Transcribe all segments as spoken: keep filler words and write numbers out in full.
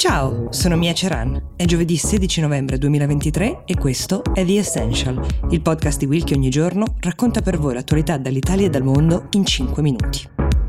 Ciao, sono Mia Ceran. È giovedì sedici novembre duemilaventitré e questo è The Essential, il podcast di Will che ogni giorno racconta per voi l'attualità dall'Italia e dal mondo in cinque minuti.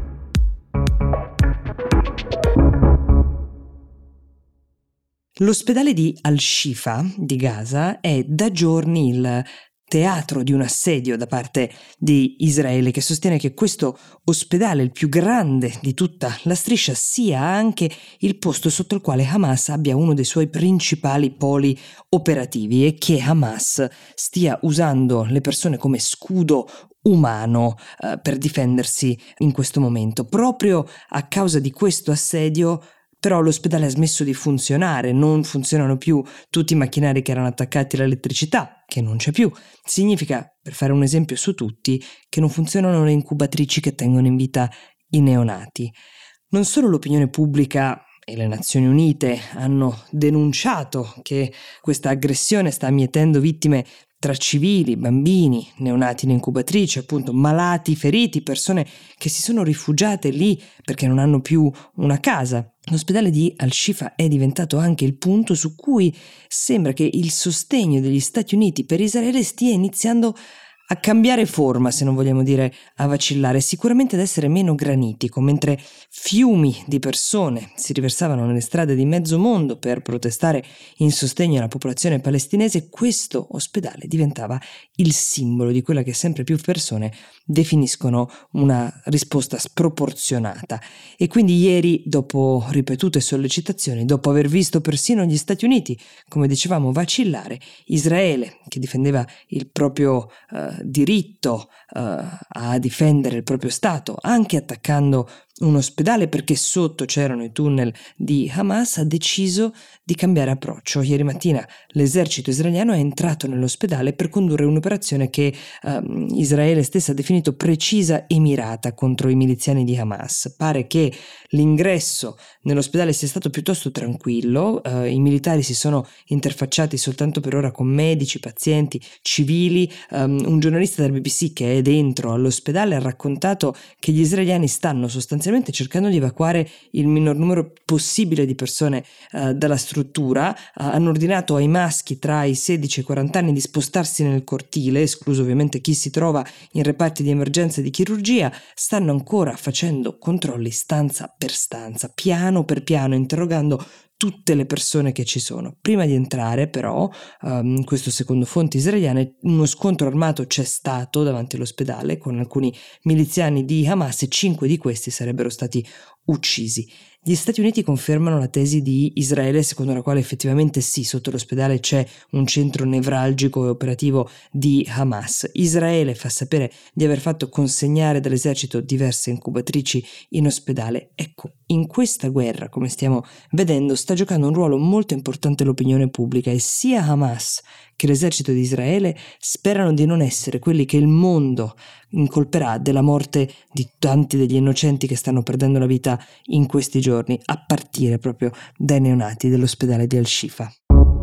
L'ospedale di Al-Shifa di Gaza è da giorni il teatro di un assedio da parte di Israele, che sostiene che questo ospedale, il più grande di tutta la striscia, sia anche il posto sotto il quale Hamas abbia uno dei suoi principali poli operativi e che Hamas stia usando le persone come scudo umano eh, per difendersi in questo momento. Proprio a causa di questo assedio però l'ospedale ha smesso di funzionare, non funzionano più tutti i macchinari che erano attaccati all'elettricità, che non c'è più. Significa, per fare un esempio su tutti, che non funzionano le incubatrici che tengono in vita i neonati. Non solo l'opinione pubblica e le Nazioni Unite hanno denunciato che questa aggressione sta mietendo vittime tra civili, bambini, neonati in incubatrice, appunto malati, feriti, persone che si sono rifugiate lì perché non hanno più una casa. L'ospedale di Al-Shifa è diventato anche il punto su cui sembra che il sostegno degli Stati Uniti per Israele stia iniziando a cambiare forma, se non vogliamo dire a vacillare, sicuramente ad essere meno granitico. Mentre fiumi di persone si riversavano nelle strade di mezzo mondo per protestare in sostegno alla popolazione palestinese, questo ospedale diventava il simbolo di quella che sempre più persone definiscono una risposta sproporzionata. E quindi ieri, dopo ripetute sollecitazioni, dopo aver visto persino gli Stati Uniti, come dicevamo, vacillare, Israele, che difendeva il proprio eh, diritto uh, a difendere il proprio Stato, anche attaccando un ospedale perché sotto c'erano i tunnel di Hamas, ha deciso di cambiare approccio. Ieri mattina l'esercito israeliano è entrato nell'ospedale per condurre un'operazione che uh, Israele stessa ha definito precisa e mirata contro i miliziani di Hamas. Pare che l'ingresso nell'ospedale sia stato piuttosto tranquillo, uh, i militari si sono interfacciati soltanto per ora con medici, pazienti, civili. Um, un giornalista del B B C che è dentro all'ospedale ha raccontato che gli israeliani stanno sostanzialmente cercando di evacuare il minor numero possibile di persone uh, dalla struttura. Uh, hanno ordinato ai maschi tra i sedici e i quaranta anni di spostarsi nel cortile, escluso ovviamente chi si trova in reparti di emergenza e di chirurgia. Stanno ancora facendo controlli stanza per stanza, piano per piano, interrogando tutte le persone che ci sono. Prima di entrare però, um, questo secondo fonti israeliane, uno scontro armato c'è stato davanti all'ospedale con alcuni miliziani di Hamas e cinque di questi sarebbero stati uccisi. Gli Stati Uniti confermano la tesi di Israele secondo la quale effettivamente sì, sotto l'ospedale c'è un centro nevralgico e operativo di Hamas. Israele fa sapere di aver fatto consegnare dall'esercito diverse incubatrici in ospedale. Ecco, in questa guerra, come stiamo vedendo, sta giocando un ruolo molto importante l'opinione pubblica e sia Hamas che l'esercito di Israele sperano di non essere quelli che il mondo incolperà della morte di tanti degli innocenti che stanno perdendo la vita in questi giorni, a partire proprio dai neonati dell'ospedale di Al-Shifa.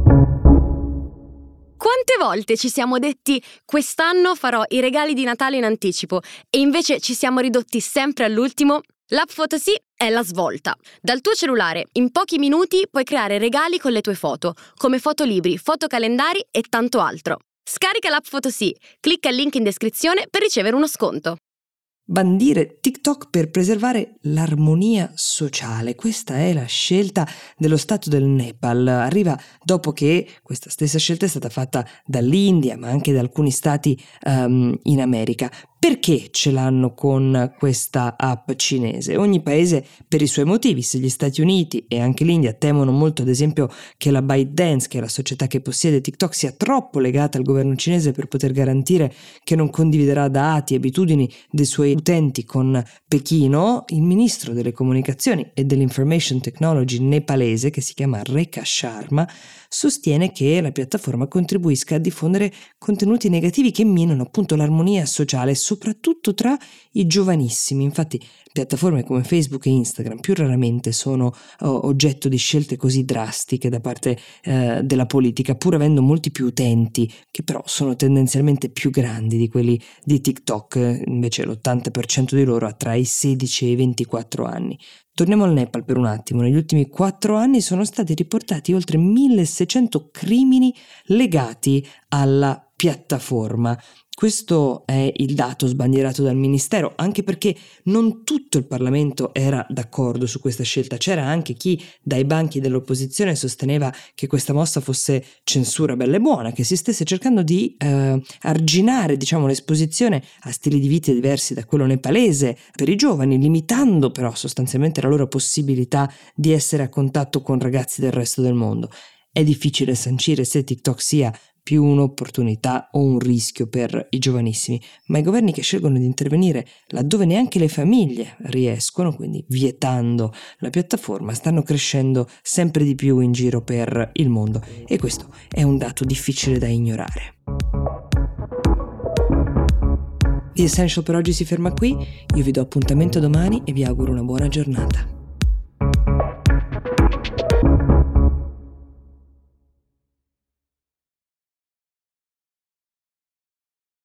Quante volte ci siamo detti quest'anno farò i regali di Natale in anticipo e invece ci siamo ridotti sempre all'ultimo? L'app Photosy è la svolta. Dal tuo cellulare, in pochi minuti, puoi creare regali con le tue foto, come fotolibri, fotocalendari e tanto altro. Scarica l'app Photosy, clicca il link in descrizione per ricevere uno sconto. Bandire TikTok per preservare l'armonia sociale. Questa è la scelta dello Stato del Nepal. Arriva dopo che questa stessa scelta è stata fatta dall'India, ma anche da alcuni stati um, in America. Perché ce l'hanno con questa app cinese? Ogni paese per i suoi motivi. Se gli Stati Uniti e anche l'India temono molto, ad esempio, che la ByteDance, che è la società che possiede TikTok, sia troppo legata al governo cinese per poter garantire che non condividerà dati e abitudini dei suoi utenti con Pechino, il ministro delle comunicazioni e dell'information technology nepalese, che si chiama Rekha Sharma, sostiene che la piattaforma contribuisca a diffondere contenuti negativi che minano appunto l'armonia sociale. soprattutto tra i giovanissimi. Infatti piattaforme come Facebook e Instagram più raramente sono oh, oggetto di scelte così drastiche da parte eh, della politica, pur avendo molti più utenti, che però sono tendenzialmente più grandi di quelli di TikTok. Invece l'ottanta per cento di loro ha tra i sedici e i ventiquattro anni. Torniamo al Nepal per un attimo. Negli ultimi quattro anni sono stati riportati oltre milleseicento crimini legati alla piattaforma. Questo è il dato sbandierato dal Ministero, anche perché non tutto il Parlamento era d'accordo su questa scelta. C'era anche chi dai banchi dell'opposizione sosteneva che questa mossa fosse censura bella e buona, che si stesse cercando di eh, arginare, diciamo, l'esposizione a stili di vita diversi da quello nepalese per i giovani, limitando però sostanzialmente la loro possibilità di essere a contatto con ragazzi del resto del mondo. È difficile sancire se TikTok sia più un'opportunità o un rischio per i giovanissimi, ma i governi che scelgono di intervenire laddove neanche le famiglie riescono, quindi vietando la piattaforma, stanno crescendo sempre di più in giro per il mondo, e questo è un dato difficile da ignorare. The Essential per oggi si ferma qui, io vi do appuntamento domani e vi auguro una buona giornata.